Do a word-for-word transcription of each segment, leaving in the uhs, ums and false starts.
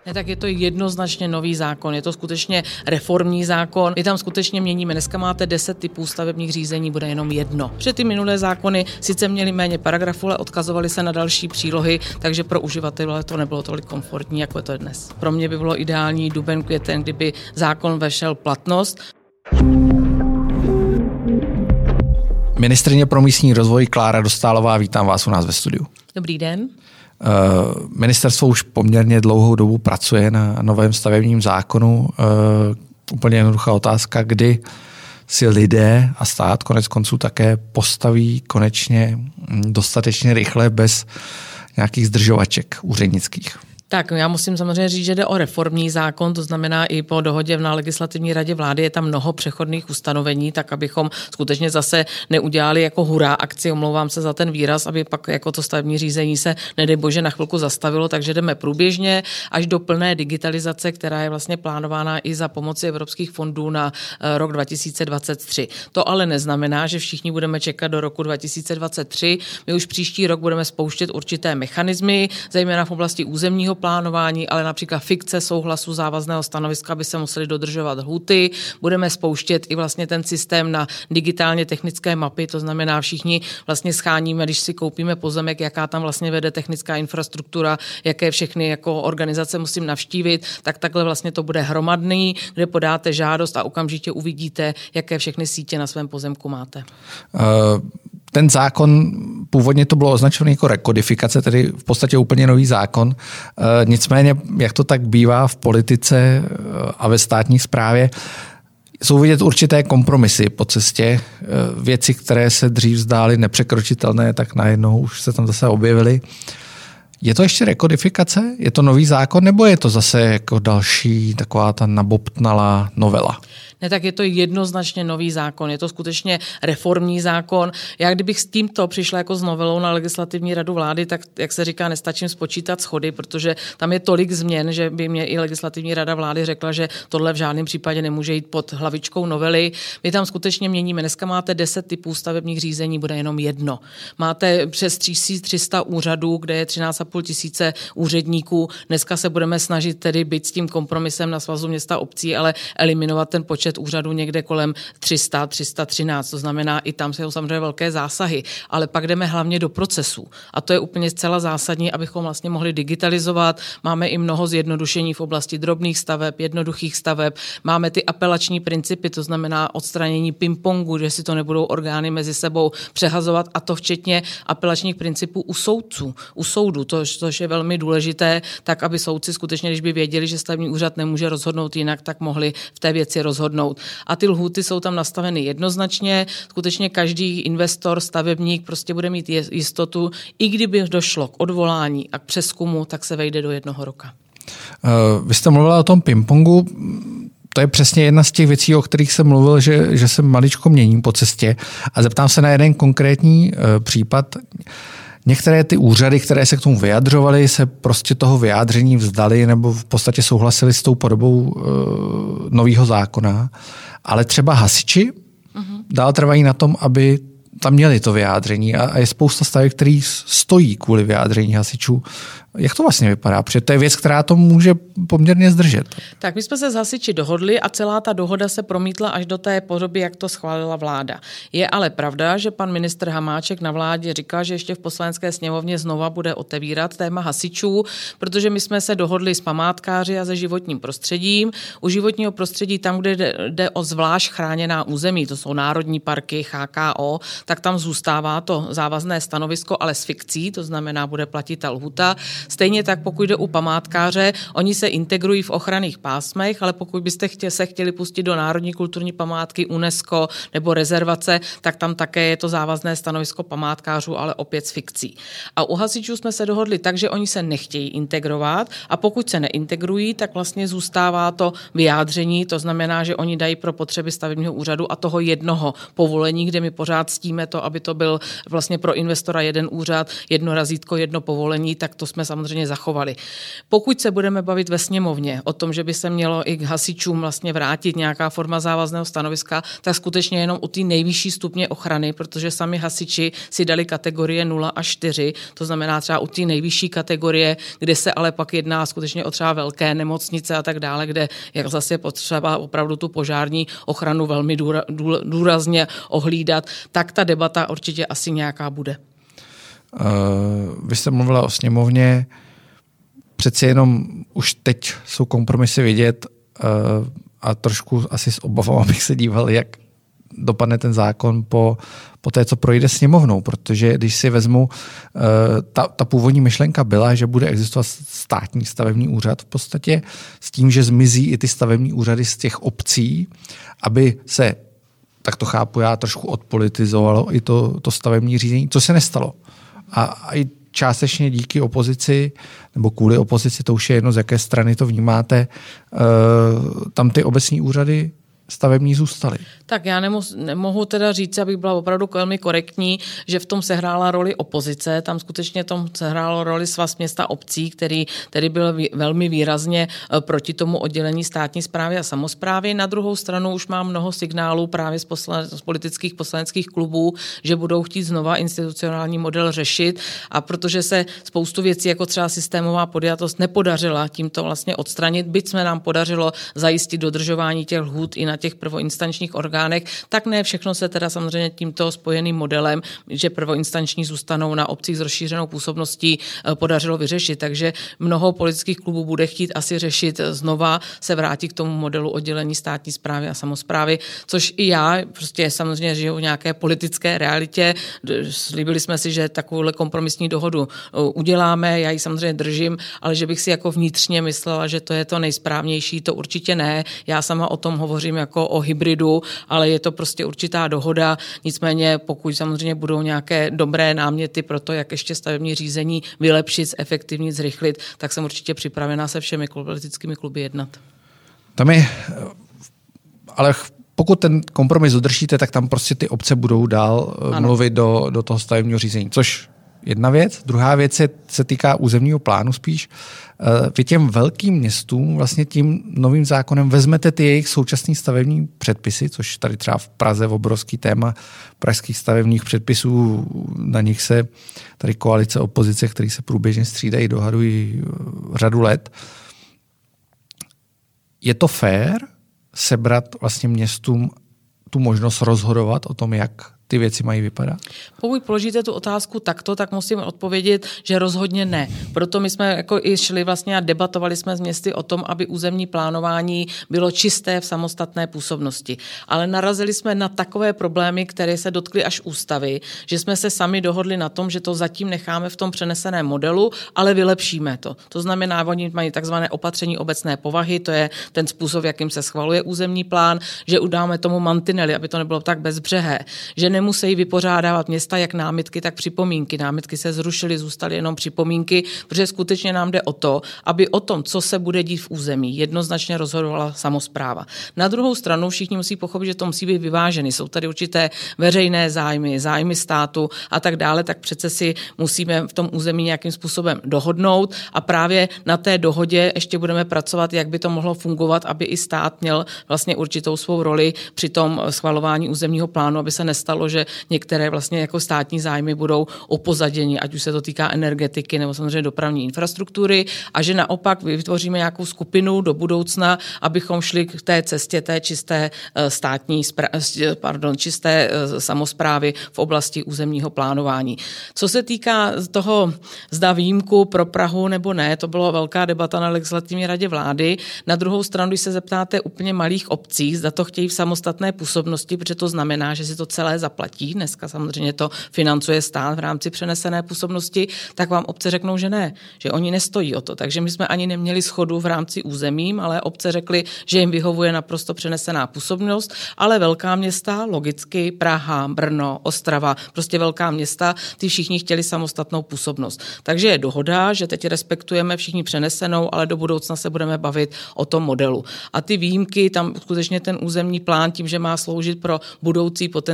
Ne, tak je to jednoznačně nový zákon, je to skutečně reformní zákon. My tam skutečně měníme. Dneska máte deset typů stavebních řízení, bude jenom jedno. Protože ty minulé zákony sice měly méně paragrafů, ale odkazovaly se na další přílohy, takže pro uživatele to nebylo tolik komfortní, jako je to dnes. Pro mě by bylo ideální duben, květen, kdyby zákon vešel platnost. Ministryně pro místní rozvoj Klára Dostálová, vítám vás u nás ve studiu. Dobrý den. Ministerstvo už poměrně dlouhou dobu pracuje na novém stavebním zákonu. Úplně jednoduchá otázka, kdy si lidé a stát konec konců také postaví konečně dostatečně rychle bez nějakých zdržovaček úřednických. Tak já musím samozřejmě říct, že jde o reformní zákon, to znamená i po dohodě na legislativní radě vlády je tam mnoho přechodných ustanovení, tak abychom skutečně zase neudělali jako hurá akci, omlouvám se za ten výraz, aby pak jako to stavební řízení se nedej bože na chvilku zastavilo, takže jdeme průběžně až do plné digitalizace, která je vlastně plánována i za pomoci evropských fondů na rok dva tisíce dvacet tři. To ale neznamená, že všichni budeme čekat do roku dva tisíce dvacet tři. My už příští rok budeme spouštět určité mechanismy, zejména v oblasti územního plánování, ale například fikce souhlasu závazného stanoviska by se museli dodržovat lhůty. Budeme spouštět i vlastně ten systém na digitálně technické mapy, to znamená všichni vlastně scháníme, když si koupíme pozemek, jaká tam vlastně vede technická infrastruktura, jaké všechny jako organizace musím navštívit, tak takhle vlastně to bude hromadný, kde podáte žádost a okamžitě uvidíte, jaké všechny sítě na svém pozemku máte. Uh... Ten zákon, původně to bylo označené jako rekodifikace, tedy v podstatě úplně nový zákon. E, nicméně, jak to tak bývá v politice a ve státní správě, jsou vidět určité kompromisy po cestě. E, věci, které se dřív zdály nepřekročitelné, tak najednou už se tam zase objevily. Je to ještě rekodifikace? Je to nový zákon? Nebo je to zase jako další taková ta nabobtnalá novela? Ne, tak je to jednoznačně nový zákon, je to skutečně reformní zákon. Já kdybych s tímto přišla jako s novelou na legislativní radu vlády, tak jak se říká, nestačím spočítat schody, protože tam je tolik změn, že by mě i legislativní rada vlády řekla, že tohle v žádném případě nemůže jít pod hlavičkou novely. My tam skutečně měníme. Dneska máte deset typů stavebních řízení, bude jenom jedno. Máte přes tři sta úřadů, kde je třináct a půl tisíce úředníků. Dneska se budeme snažit tedy být s tím kompromisem na Svazu města obcí, ale eliminovat ten počet úřadů někde kolem tři sta, tři sta třináct, to znamená, i tam jsou samozřejmě velké zásahy, ale pak jdeme hlavně do procesů. A to je úplně zcela zásadní, abychom vlastně mohli digitalizovat. Máme i mnoho zjednodušení v oblasti drobných staveb, jednoduchých staveb. Máme ty apelační principy, to znamená odstranění ping-pongu, že si to nebudou orgány mezi sebou přehazovat, a to včetně apelačních principů u soudců, u soudu, to, což je velmi důležité, tak aby soudci skutečně, když by věděli, že stavební úřad nemůže rozhodnout jinak, tak mohli v té věci rozhodnout. A ty lhůty jsou tam nastaveny jednoznačně. Skutečně každý investor, stavebník prostě bude mít jistotu, i kdyby došlo k odvolání a k přezkumu, tak se vejde do jednoho roka. Uh, vy jste mluvila o tom ping-pongu. To je přesně jedna z těch věcí, o kterých jsem mluvil, že, že se maličko mění po cestě. A zeptám se na jeden konkrétní uh, případ. Některé ty úřady, které se k tomu vyjadřovaly, se prostě toho vyjádření vzdali nebo v podstatě souhlasili s tou podobou uh, nového zákona. Ale třeba hasiči uh-huh. dál trvají na tom, aby tam měli to vyjádření a, a je spousta staveb, který stojí kvůli vyjádření hasičů. Jak to vlastně vypadá? Protože to je věc, která to může poměrně zdržet. Tak my jsme se s hasiči dohodli a celá ta dohoda se promítla až do té podoby, jak to schválila vláda. Je ale pravda, že pan ministr Hamáček na vládě říká, že ještě v Poslanecké sněmovně znova bude otevírat téma hasičů, protože my jsme se dohodli s památkáři a se životním prostředím. U životního prostředí tam, kde jde, jde o zvlášť chráněná území, to jsou národní parky, H K O, tak tam zůstává to závazné stanovisko, ale s fikcí, to znamená, bude platit ta lhuta. Stejně tak, pokud jde u památkáře, oni se integrují v ochranných pásmech, ale pokud byste chtě, se chtěli pustit do národní kulturní památky UNESCO nebo rezervace, tak tam také je to závazné stanovisko památkářů, ale opět s fikcí. A u hasičů jsme se dohodli tak, že oni se nechtějí integrovat a pokud se neintegrují, tak vlastně zůstává to vyjádření, to znamená, že oni dají pro potřeby stavebního úřadu a toho jednoho povolení, kde my pořád ctíme to, aby to byl vlastně pro investora jeden úřad, jedno razítko, jedno povolení, tak to jsme samozřejmě zachovali. Pokud se budeme bavit ve sněmovně o tom, že by se mělo i k hasičům vlastně vrátit nějaká forma závazného stanoviska, tak skutečně jenom u té nejvyšší stupně ochrany, protože sami hasiči si dali kategorie nula až čtyři, to znamená třeba u té nejvyšší kategorie, kde se ale pak jedná skutečně o třeba velké nemocnice a tak dále, kde jak zase potřeba opravdu tu požární ochranu velmi důra, důrazně ohlídat, tak ta debata určitě asi nějaká bude. Uh, vy jste mluvila o sněmovně, přeci jenom už teď jsou kompromisy vidět uh, a trošku asi s obavou, abych se díval, jak dopadne ten zákon po, po té, co projde sněmovnou, protože když si vezmu, uh, ta, ta původní myšlenka byla, že bude existovat státní stavební úřad v podstatě s tím, že zmizí i ty stavební úřady z těch obcí, aby se, tak to chápu já, trošku odpolitizovalo i to, to stavební řízení, co se nestalo. A, a i částečně díky opozici, nebo kvůli opozici, to už je jedno, z jaké strany to vnímáte, uh, tam ty obecní úřady stavební zůstaly. Tak já nemohu, nemohu teda říct, abych byla opravdu velmi korektní, že v tom sehrála roli opozice, tam skutečně tom sehrálo roli Svaz měst a obcí, který tedy byl vý, velmi výrazně proti tomu oddělení státní správy a samosprávy. Na druhou stranu už mám mnoho signálů právě z, poslan, z politických poslaneckých klubů, že budou chtít znova institucionální model řešit a protože se spoustu věcí, jako třeba systémová podjatost, nepodařila tímto vlastně odstranit, byť jsme nám podařilo zajistit dodržování těch lhůt i na těch prvoinstančních orgánech, tak ne všechno se teda samozřejmě tímto spojeným modelem, že prvoinstanční zůstanou na obcích s rozšířenou působností, podařilo vyřešit. Takže mnoho politických klubů bude chtít asi řešit znova, se vrátit k tomu modelu oddělení státní správy a samosprávy, což i já prostě samozřejmě žiju v nějaké politické realitě. Slíbili jsme si, že takovouhle kompromisní dohodu uděláme, já ji samozřejmě držím, ale že bych si jako vnitřně myslela, že to je to nejsprávnější, to určitě ne. Já sama o tom hovořím jako o hybridu, ale je to prostě určitá dohoda. Nicméně pokud samozřejmě budou nějaké dobré náměty pro to, jak ještě stavební řízení vylepšit, zefektivnit, zrychlit, tak jsem určitě připravená se všemi politickými kluby jednat. Tam je, ale pokud ten kompromis udržíte, tak tam prostě ty obce budou dál ano. mluvit do, do toho stavebního řízení, což jedna věc. Druhá věc se, se týká územního plánu spíš. Vy těm velkým městům vlastně tím novým zákonem vezmete ty jejich současné stavební předpisy, což tady třeba v Praze obrovský téma pražských stavebních předpisů, na nich se tady koalice opozice, který se průběžně střídají, dohadují řadu let. Je to fér sebrat vlastně městům tu možnost rozhodovat o tom, jak ty věci mají vypadat? Pokud položíte tu otázku takto, tak musím odpovědět, že rozhodně ne. Proto my jsme jako i šli vlastně a debatovali jsme s městy o tom, aby územní plánování bylo čisté v samostatné působnosti. Ale narazili jsme na takové problémy, které se dotkly až ústavy, že jsme se sami dohodli na tom, že to zatím necháme v tom přeneseném modelu, ale vylepšíme to. To znamená, oni mají takzvané opatření obecné povahy, to je ten způsob, jakým se schvaluje územní plán, že udáme tomu mantinely, aby to nebylo tak bezbřehé, že ne nemusí vypořádávat města jak námitky, tak připomínky. Námitky se zrušily, zůstaly jenom připomínky, protože skutečně nám jde o to, aby o tom, co se bude dít v území, jednoznačně rozhodovala samospráva. Na druhou stranu všichni musí pochopit, že to musí být vyváženy. Jsou tady určité veřejné zájmy, zájmy státu a tak dále, tak přece si musíme v tom území nějakým způsobem dohodnout a právě na té dohodě ještě budeme pracovat, jak by to mohlo fungovat, aby i stát měl vlastně určitou svou roli při tom schvalování územního plánu, aby se nestalo, že některé vlastně jako státní zájmy budou upozaděni, ať už se to týká energetiky nebo samozřejmě dopravní infrastruktury a že naopak vytvoříme nějakou skupinu do budoucna, abychom šli k té cestě té čisté státní, pardon, čisté samosprávy v oblasti územního plánování. Co se týká toho, zda výjimku pro Prahu nebo ne, to byla velká debata na legislativní radě vlády. Na druhou stranu, když se zeptáte úplně malých obcí, zda to chtějí v samostatné působnosti, protože to znamená, že si to celé zaplatí, dneska samozřejmě to financuje stát v rámci přenesené působnosti, tak vám obce řeknou, že ne, že oni nestojí o to. Takže my jsme ani neměli shodu v rámci územím, ale obce řekly, že jim vyhovuje naprosto přenesená působnost, ale velká města, logicky Praha, Brno, Ostrava, prostě velká města, ty všichni chtěli samostatnou působnost. Takže je dohoda, že teď respektujeme všichni přenesenou, ale do budoucna se budeme bavit o tom modelu. A ty výjimky, tam skutečně ten územní plán tím, že má sloužit pro budoucí potenciální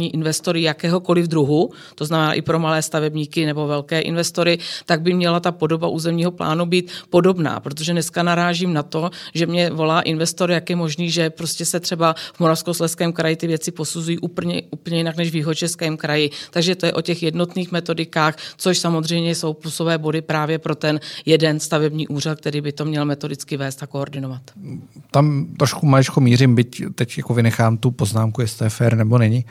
potenciální investory jakéhokoliv druhu, to znamená i pro malé stavebníky nebo velké investory, tak by měla ta podoba územního plánu být podobná, protože dneska narážím na to, že mě volá investor, jak je možný, že prostě se třeba v Moravskoslezském kraji ty věci posuzují úplně, úplně jinak než v Jihočeském kraji. Takže to je o těch jednotných metodikách, což samozřejmě jsou plusové body právě pro ten jeden stavební úřad, který by to měl metodicky vést a koordinovat. Tam trošku maličko mířím, byť teď jako vynechám tu poznámku, jestli to je fér nebo není.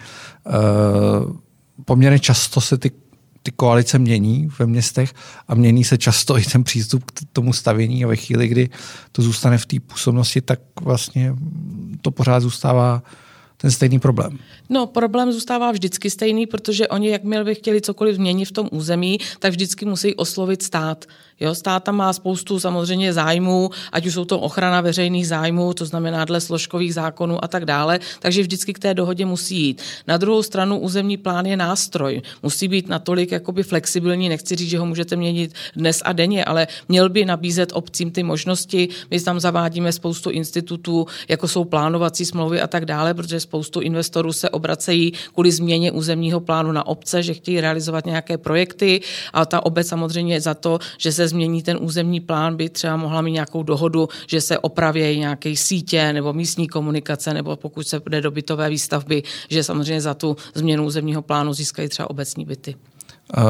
Uh, poměrně často se ty, ty koalice mění ve městech a mění se často i ten přístup k tomu stavění a ve chvíli, kdy to zůstane v té působnosti, tak vlastně to pořád zůstává ten stejný problém. No, problém zůstává vždycky stejný, protože oni, jakmile by chtěli cokoliv změnit v tom území, tak vždycky musí oslovit stát. Jo, stát tam má spoustu samozřejmě zájmů, ať už jsou to ochrana veřejných zájmů, to znamená dle složkových zákonů a tak dále, takže vždycky k té dohodě musí jít. Na druhou stranu územní plán je nástroj, musí být natolik jakoby flexibilní, nechci říct, že ho můžete měnit dnes a denně, ale měl by nabízet obcím ty možnosti. My tam zavádíme spoustu institutů, jako jsou plánovací smlouvy a tak dále, protože spoustu investorů se obracejí kvůli změně územního plánu na obce, že chtějí realizovat nějaké projekty a ta obec samozřejmě za to, že se změní ten územní plán, by třeba mohla mít nějakou dohodu, že se opravějí nějaké sítě nebo místní komunikace, nebo pokud se jde do bytové výstavby, že samozřejmě za tu změnu územního plánu získají třeba obecní byty. Uh,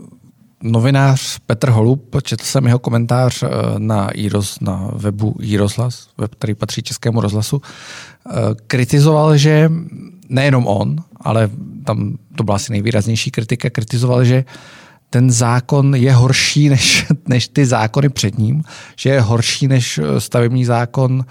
novinář Petr Holub, četl jsem jeho komentář na, iRoz, na webu iRozhlas, web, který patří Českému rozhlasu, uh, kritizoval, že nejenom on, ale tam to byla asi nejvýraznější kritika, kritizoval, že ten zákon je horší než, než ty zákony před ním, že je horší než stavební zákon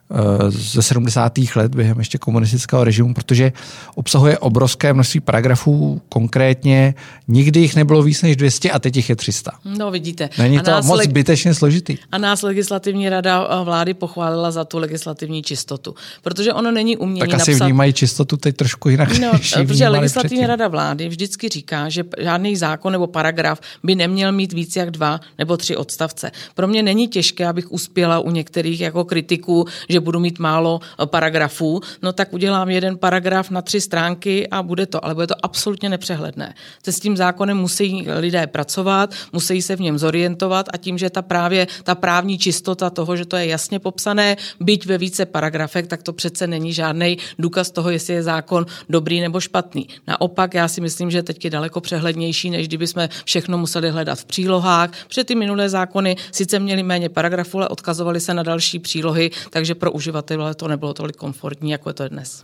ze sedmdesátých let během ještě komunistického režimu, protože obsahuje obrovské množství paragrafů, konkrétně nikdy jich nebylo víc než dvě stě a teď jich je tři sta. No vidíte. Není to moc leg... zbytečně složitý. A nás legislativní rada vlády pochválila za tu legislativní čistotu, protože ono není umění napsat... Tak asi napsat... vnímají čistotu teď trošku jinak. No, protože legislativní předtím. Rada vlády vždycky říká, že žádný zákon nebo paragraf by neměl mít víc jak dva nebo tři odstavce. Pro mě není těžké, abych uspěla u některých jako kritiků, že budu mít málo paragrafů, no tak udělám jeden paragraf na tři stránky a bude to, ale bude to absolutně nepřehledné. Se s tím zákonem musí lidé pracovat, musí se v něm zorientovat a tím, že ta právě ta právní čistota toho, že to je jasně popsané, byť ve více paragrafech, tak to přece není žádný důkaz toho, jestli je zákon dobrý nebo špatný. Naopak, já si myslím, že teď je daleko přehlednější, než kdyby jsme všechno museli hledat v přílohách. Protože ty minulé zákony sice měly méně paragrafů, ale odkazovaly se na další přílohy, takže pro uživatele to nebylo tolik komfortní, jako je to dnes.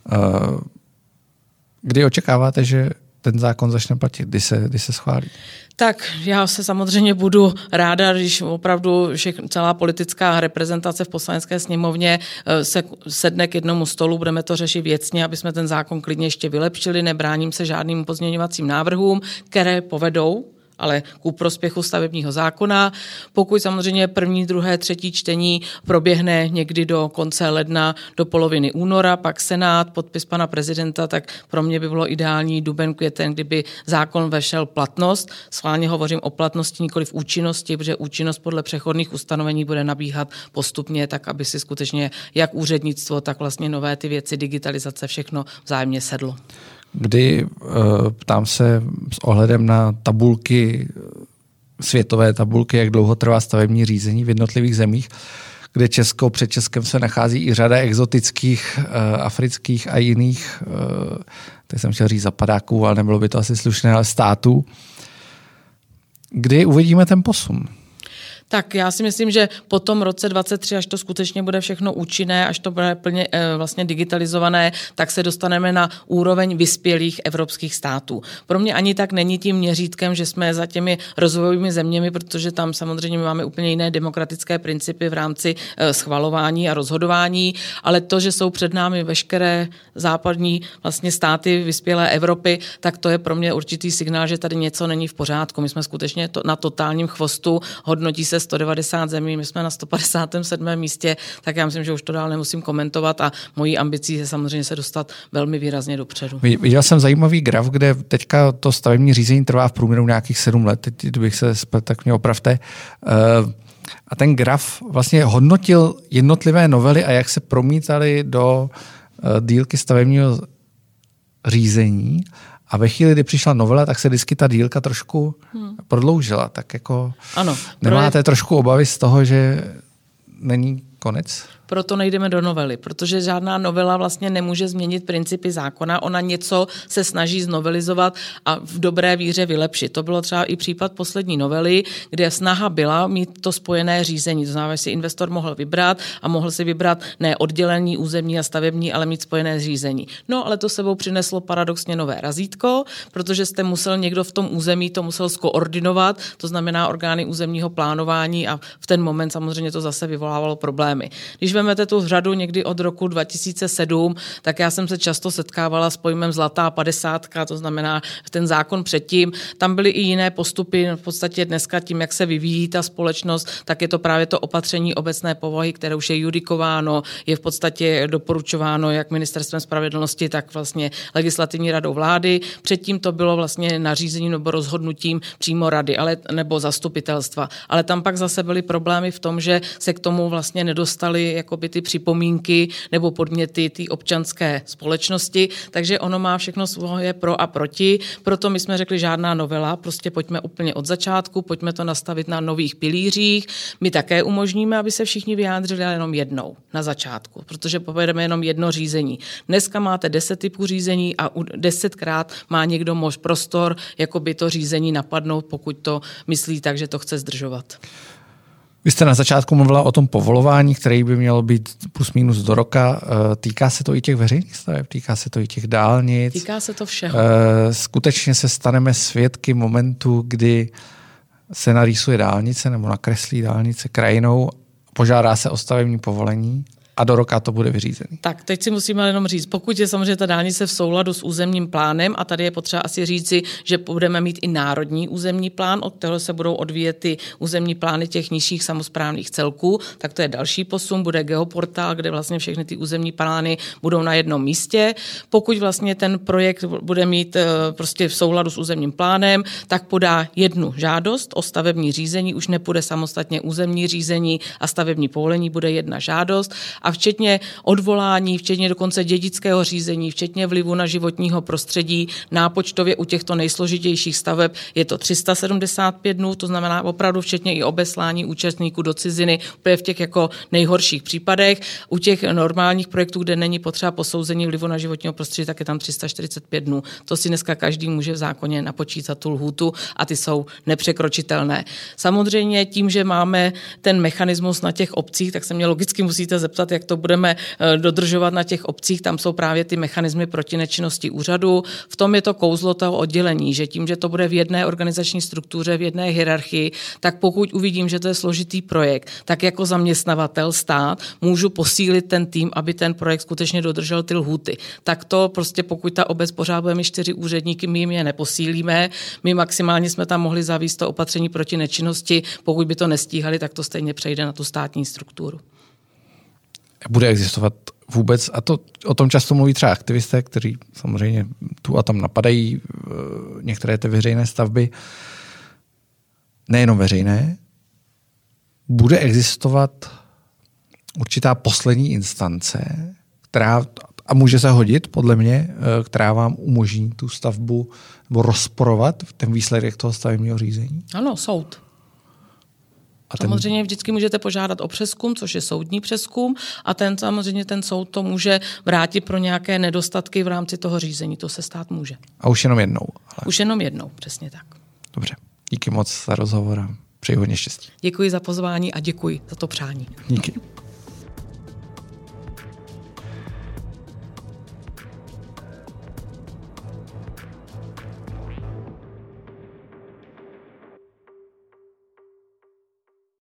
Kdy očekáváte, že ten zákon začne platit, kdy se, kdy se schválí? Tak já se samozřejmě budu ráda, když opravdu všechno, celá politická reprezentace v Poslanecké sněmovně se sedne k jednomu stolu, budeme to řešit věcně, aby jsme ten zákon klidně ještě vylepšili, nebráním se žádným pozměňovacím návrhům, které povedou ale ku prospěchu stavebního zákona. Pokud samozřejmě první, druhé, třetí čtení proběhne někdy do konce ledna, do poloviny února, pak Senát, podpis pana prezidenta, tak pro mě by bylo ideální duben, květen, kdyby zákon vešel platnost. Schválně hovořím o platnosti, nikoli v účinnosti, protože účinnost podle přechodných ustanovení bude nabíhat postupně, tak aby si skutečně jak úřednictvo, tak vlastně nové ty věci, digitalizace, všechno vzájemně sedlo. Kdy, ptám se s ohledem na tabulky, světové tabulky, jak dlouho trvá stavební řízení v jednotlivých zemích, kde Česko, před Českem se nachází i řada exotických, afrických a jiných, tak jsem chtěl říct zapadáků, ale nebylo by to asi slušné, ale států. Kdy uvidíme ten posun? Tak já si myslím, že po tom roce dvacet tři, až to skutečně bude všechno účinné, až to bude plně e, vlastně digitalizované, tak se dostaneme na úroveň vyspělých evropských států. Pro mě ani tak není tím měřítkem, že jsme za těmi rozvojovými zeměmi, protože tam samozřejmě máme úplně jiné demokratické principy v rámci e, schvalování a rozhodování, ale to, že jsou před námi veškeré západní vlastně státy vyspělé Evropy, tak to je pro mě určitý signál, že tady něco není v pořádku. My jsme skutečně to, na totálním chvostu, hodnotí se sto devadesát zemí, my jsme na sto padesátém sedmém místě, tak já myslím, že už to dál nemusím komentovat a mojí ambicí je samozřejmě se dostat velmi výrazně dopředu. Viděl jsem zajímavý graf, kde teďka to stavební řízení trvá v průměru nějakých sedm let, teď kdybych se spletl, tak mě opravte. A ten graf vlastně hodnotil jednotlivé novely a jak se promítaly do dílky stavebního řízení a ve chvíli, kdy přišla novela, tak se vždycky ta dílka trošku hmm. prodloužila. Tak jako ano, nemáte projekt... trošku obavy z toho, že není konec? Proto nejdeme do novely, protože žádná novela vlastně nemůže změnit principy zákona. Ona něco se snaží znovelizovat a v dobré víře vylepšit. To bylo třeba i případ poslední novely, kde snaha byla mít to spojené řízení. To znamená, že si investor mohl vybrat a mohl si vybrat ne oddělení územní a stavební, ale mít spojené řízení. No, ale to sebou přineslo paradoxně nové razítko, protože jste musel někdo v tom území to musel skoordinovat, to znamená orgány územního plánování a v ten moment samozřejmě to zase vyvolávalo problémy. Když vezmete tu řadu někdy od roku dva tisíce sedm, tak já jsem se často setkávala s pojmem zlatá padesátka, to znamená ten zákon předtím. Tam byly i jiné postupy, v podstatě dneska tím, jak se vyvíjí ta společnost, tak je to právě to opatření obecné povahy, které už je judikováno, je v podstatě doporučováno jak ministerstvem spravedlnosti, tak vlastně legislativní radou vlády. Předtím to bylo vlastně nařízením nebo rozhodnutím přímo rady, ale, nebo zastupitelstva. Ale tam pak zase byly problémy v tom, že se k tomu vlastně nedostali jakoby ty připomínky nebo podněty té občanské společnosti, takže ono má všechno svoje pro a proti. Proto my jsme řekli žádná novela, prostě pojďme úplně od začátku, pojďme to nastavit na nových pilířích. My také umožníme, aby se všichni vyjádřili, ale jenom jednou na začátku, protože povedeme jenom jedno řízení. Dneska máte deset typů řízení a desetkrát má někdo mož prostor, jakoby to řízení napadnout, pokud to myslí tak, že to chce zdržovat. Vy jste na začátku mluvila o tom povolování, který by mělo být plus minus do roka. Týká se to i těch veřejných staveb? Týká se to i těch dálnic? Týká se to všeho. Skutečně se staneme svědky momentu, kdy se narýsuje dálnice nebo nakreslí dálnice krajinou, požádá se o stavební povolení a do roka to bude vyřízený. Tak, teď si musíme jenom říct, pokud je samozřejmě ta dálnice v souladu s územním plánem, a tady je potřeba asi říci, že budeme mít i národní územní plán, od kterého se budou odvíjet ty územní plány těch nižších samosprávných celků, tak to je další posun, bude geoportál, kde vlastně všechny ty územní plány budou na jednom místě. Pokud vlastně ten projekt bude mít prostě v souladu s územním plánem, tak podá jednu žádost o stavební řízení, už nepůjde samostatně územní řízení a stavební povolení, bude jedna žádost. A včetně odvolání, včetně dokonce dědického řízení, včetně vlivu na životního prostředí, nápočtově u těchto nejsložitějších staveb je to tři sta sedmdesát pět dnů, to znamená opravdu včetně i obeslání účastníků do ciziny, úplně v těch jako nejhorších případech. U těch normálních projektů, kde není potřeba posouzení vlivu na životního prostředí, tak je tam tři sta čtyřicet pět dnů. To si dneska každý může v zákoně napočítat tu lhůtu a ty jsou nepřekročitelné. Samozřejmě tím, že máme ten mechanismus na těch obcích, tak se mě logicky musíte zeptat, jak to budeme dodržovat na těch obcích. Tam jsou právě ty mechanismy proti nečinnosti úřadu. V tom je to kouzlo toho oddělení, že tím, že to bude v jedné organizační struktuře, v jedné hierarchii, tak pokud uvidím, že to je složitý projekt, tak jako zaměstnavatel stát můžu posílit ten tým, aby ten projekt skutečně dodržel ty lhůty. Tak to prostě pokud ta obec pořád bude mít čtyři úředníky, my jim je neposílíme. My maximálně jsme tam mohli zavést to opatření proti nečinnosti. Pokud by to nestíhali, tak to stejně přejde na tu státní strukturu. Bude existovat vůbec, a to o tom často mluví třeba aktivisté, kteří samozřejmě tu a tam napadají některé ty veřejné stavby, nejenom veřejné, bude existovat určitá poslední instance, která, a může se hodit, podle mě, která vám umožní tu stavbu nebo rozporovat ten výsledek toho stavebního řízení? Ano, soud. A ten... Samozřejmě vždycky můžete požádat o přezkum, což je soudní přezkum, a ten samozřejmě ten soud to může vrátit pro nějaké nedostatky v rámci toho řízení. To se stát může. A už jenom jednou. Ale... Už jenom jednou, přesně tak. Dobře, díky moc za rozhovor a přeji hodně štěstí. Děkuji za pozvání a děkuji za to přání. Díky.